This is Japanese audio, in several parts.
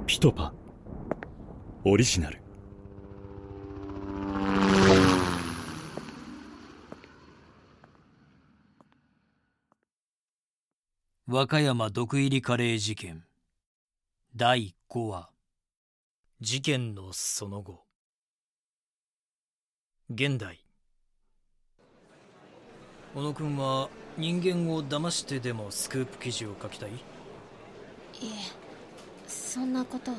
ピトパオリジナル。 和歌山毒入りカレー事件第5話。事件のその後。現代。小野くんは人間を騙してでもスクープ記事を書きたい？ いえ、そんなことは。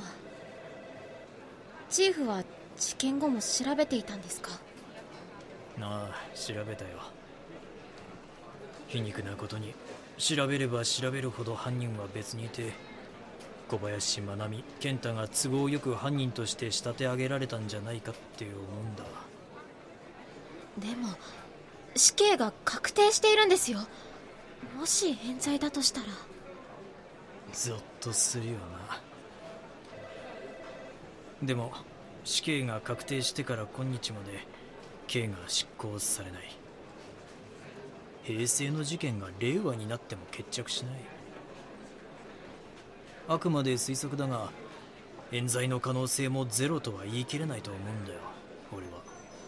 チーフは事件後も調べていたんですか？ ああ、調べたよ。皮肉なことに調べれば調べるほど犯人は別にいて、小林真奈美、健太が都合よく犯人として仕立て上げられたんじゃないかって思うんだ。 でも死刑が確定しているんですよ。もし冤罪だとしたら。 ゾッとするよな。でも死刑が確定してから今日まで刑が執行されない。平成の事件が令和になっても決着しない。あくまで推測だが、冤罪の可能性もゼロとは言い切れないと思うんだよ、俺は。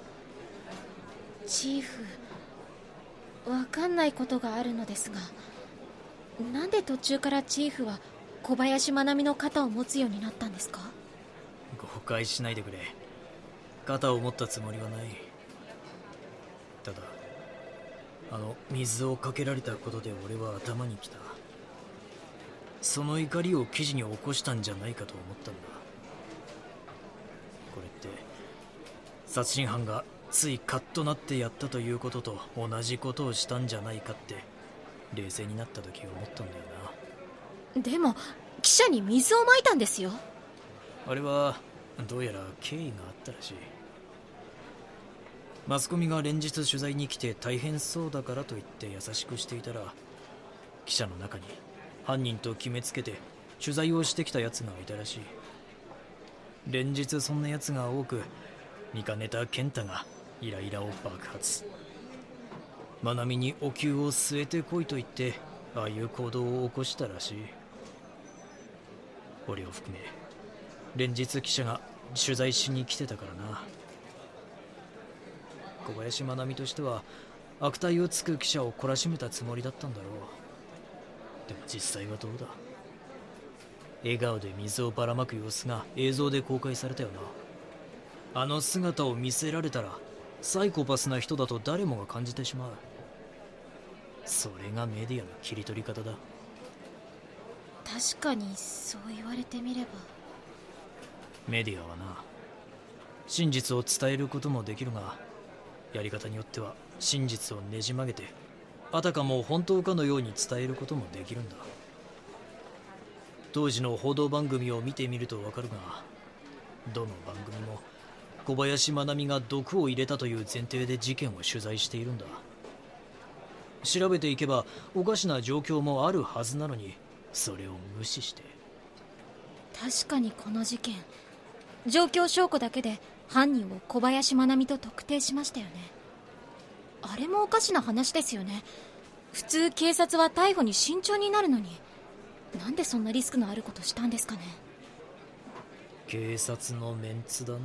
チーフ、わかんないことがあるのですが、なんで途中からチーフは小林真奈美の肩を持つようになったんですか？ 誤解しないでくれ。肩を持ったつもりはない。ただ水をかけられたことで俺は頭にきた。その怒りを記事に起こしたんじゃないかと思ったんだ。これって殺人犯がついカッとなってやったということと同じことをしたんじゃないかって冷静になった時思ったんだよな。 でも記者に水をまいたんですよ。 あれはどうやら経緯があったらしい。マスコミが連日取材に来て大変そうだからと言って優しくしていたら、記者の中に犯人と決めつけて取材をしてきた奴がいたらしい。連日そんな奴が多く、見かねた健太がイライラを爆発。真奈美にお灸を据えてこいと言ってああいう行動を起こしたらしい。俺を含め連日記者が取材しに来てたからな。小林真奈美としては悪態をつく記者を懲らしめたつもりだったんだろう。でも実際はどうだ。笑顔で水をばらまく様子が映像で公開されたよな。あの姿を見せられたらサイコパスな人だと誰もが感じてしまう。それがメディアの切り取り方だ。 確かにそう言われてみれば。 メディアはな、真実を伝えることもできるが、やり方によっては真実をねじ曲げてあたかも本当かのように伝えることもできるんだ。当時の報道番組を見てみるとわかるが、どの番組も小林真奈美が毒を入れたという前提で事件を取材しているんだ。調べていけばおかしな状況もあるはずなのに、それを無視して。 確かにこの事件、状況証拠だけで犯人を小林真奈美と特定しましたよね。あれもおかしな話ですよね。普通警察は逮捕に慎重になるのに、なんでそんなリスクのあることしたんですかね。 警察のメンツだな。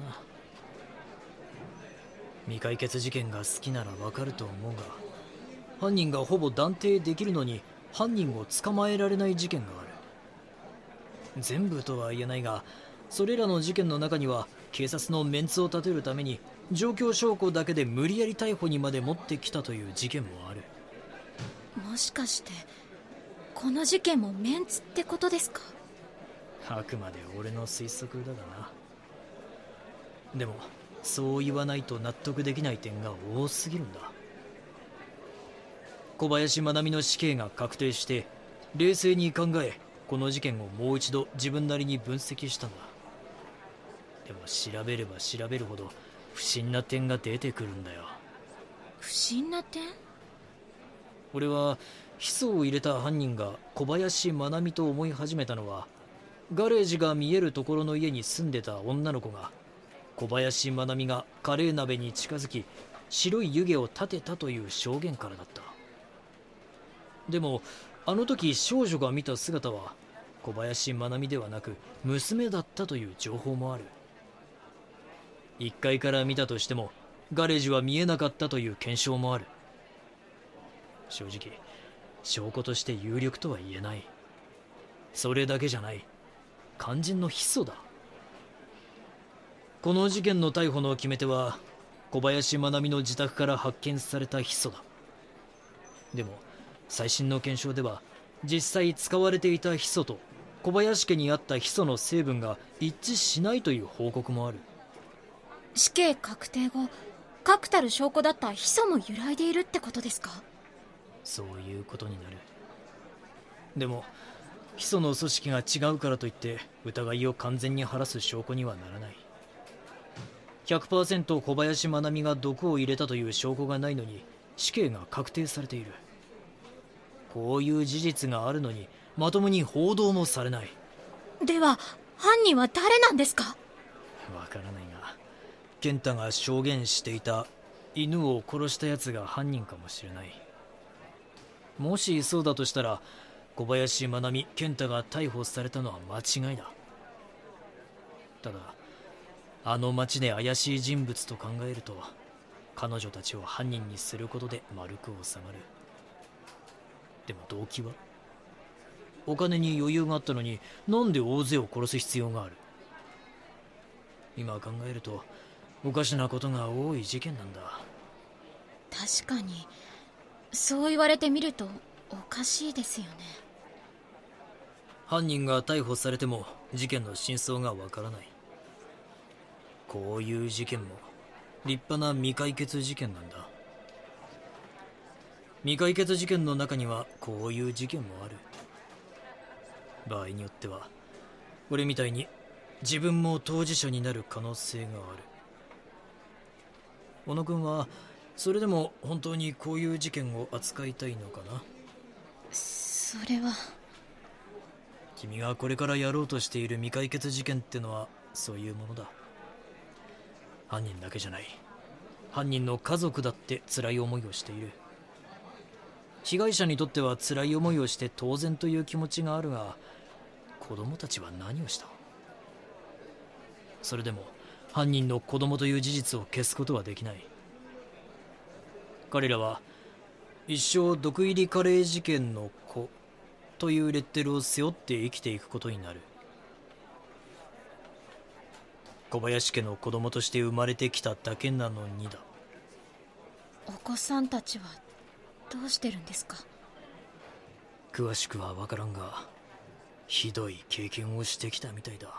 未解決事件が好きならわかると思うが、犯人がほぼ断定できるのに犯人を捕まえられない事件がある。全部とは言えないが、それらの事件の中には警察のメンツを立てるために状況証拠だけで無理やり逮捕にまで持ってきたという事件もある。 もしかしてこの事件もメンツってことですか？ あくまで俺の推測だがな。でもそう言わないと納得できない点が多すぎるんだ。小林真奈美の死刑が確定して冷静に考え、この事件をもう一度自分なりに分析したんだ。でも調べれば調べるほど不審な点が出てくるんだよ。 不審な点？ 俺はヒ素を入れた犯人が小林真奈美と思い始めたのは、ガレージが見えるところの家に住んでた女の子が小林真奈美がカレー鍋に近づき白い湯気を立てたという証言からだった。でもあの時少女が見た姿は小小林愛美ではなく娘だったという情報もある。1階から見たとしてもガレージは見えなかったという検証もある。正直証拠として有力とは言えない。それだけじゃない、肝心のヒ素だ。この事件の逮捕の決め手は小林愛美の自宅から発見されたヒ素だ。でも最新の検証では実際使われていたヒ素と小林家にあったヒ素の成分が一致しないという報告もある。 死刑確定後、確たる証拠だったヒ素も揺らいでいるってことですか？ そういうことになる。でもヒ素の組織が違うからといって疑いを完全に晴らす証拠にはならない。100% 小林愛美が毒を入れたという証拠がないのに死刑が確定されている。こういう事実があるのにまともに報道もされない。 では犯人は誰なんですか？ わからないが、健太が証言していた犬を殺した奴が犯人かもしれない。もしそうだとしたら小林愛美、健太が逮捕されたのは間違いだ。ただあの町で怪しい人物と考えると彼女たちを犯人にすることで丸く収まる。でも動機は？お金に余裕があったのになんで大勢を殺す必要がある？今考えるとおかしなことが多い事件なんだ。 確かにそう言われてみるとおかしいですよね。 犯人が逮捕されても事件の真相がわからない。こういう事件も立派な未解決事件なんだ。未解決事件の中にはこういう事件もある。場合によっては俺みたいに自分も当事者になる可能性がある。小野君はそれでも本当にこういう事件を扱いたいのかな？ それは。 君がこれからやろうとしている未解決事件ってのはそういうものだ。犯人だけじゃない、犯人の家族だって辛い思いをしている。被害者にとっては辛い思いをして当然という気持ちがあるが、子供たちは何をした？それでも犯人の子供という事実を消すことはできない。彼らは一生毒入りカレー事件の子というレッテルを背負って生きていくことになる。小林家の子供として生まれてきただけなのにだ。 お子さんたちはどうしてるんですか？ 詳しくは分からんが、ひどい経験をしてきたみたいだ。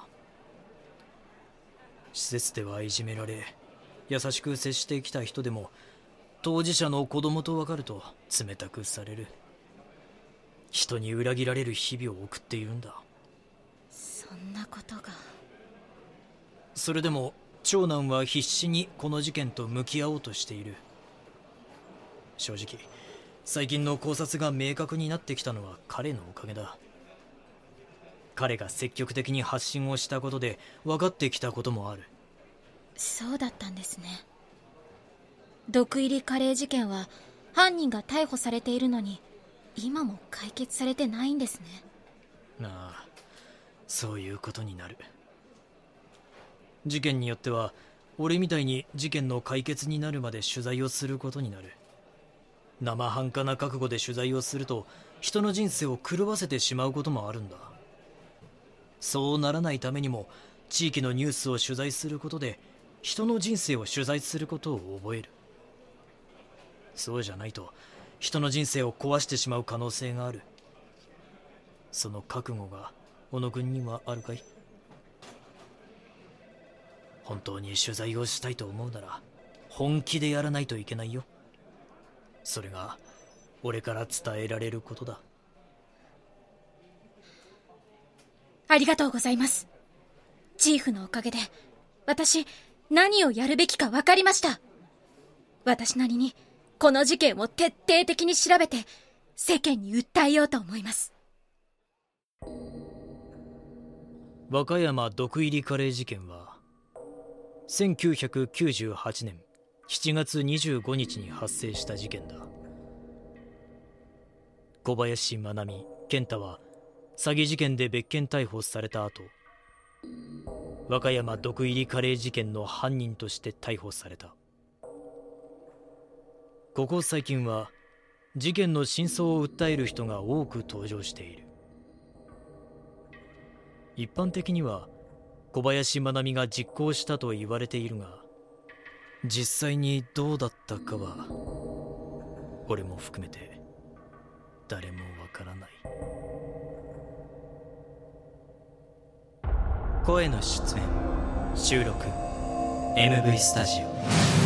施設ではいじめられ、優しく接してきた人でも当事者の子供と分かると冷たくされる。人に裏切られる日々を送っているんだ。 そんなことが。 それでも長男は必死にこの事件と向き合おうとしている。正直最近の考察が明確になってきたのは彼のおかげだ。彼が積極的に発信をしたことで分かってきたこともある。 そうだったんですね。毒入りカレー事件は犯人が逮捕されているのに今も解決されてないんですね。 ああ、そういうことになる。事件によっては俺みたいに事件の解決になるまで取材をすることになる。生半可な覚悟で取材をすると人の人生を狂わせてしまうこともあるんだ。そうならないためにも地域のニュースを取材することで人の人生を取材することを覚える。そうじゃないと人の人生を壊してしまう可能性がある。その覚悟が小野君にはあるかい？本当に取材をしたいと思うなら本気でやらないといけないよ。それが俺から伝えられることだ。 ありがとうございます。チーフのおかげで私何をやるべきか分かりました。私なりにこの事件を徹底的に調べて世間に訴えようと思います。 和歌山毒入りカレー事件は1998年7月25日に発生した事件だ。小林愛美、健太は詐欺事件で別件逮捕された後、和歌山毒入りカレー事件の犯人として逮捕された。ここ最近は事件の真相を訴える人が多く登場している。一般的には小林愛美が実行したと言われているが、実際にどうだったかは俺も含めて誰もわからない。声の出演収録 MV スタジオ。